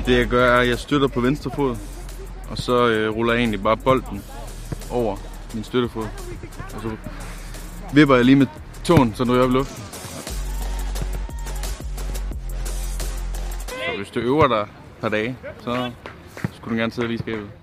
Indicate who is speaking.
Speaker 1: Det jeg gør er, at jeg støtter på venstre fod, og så ruller jeg egentlig bare bolden over min støttefod. Og så vipper jeg lige med tåen, så den ryger op i luften. Så hvis du øver dig et par dage, så skulle du gerne sidde lige i skabet.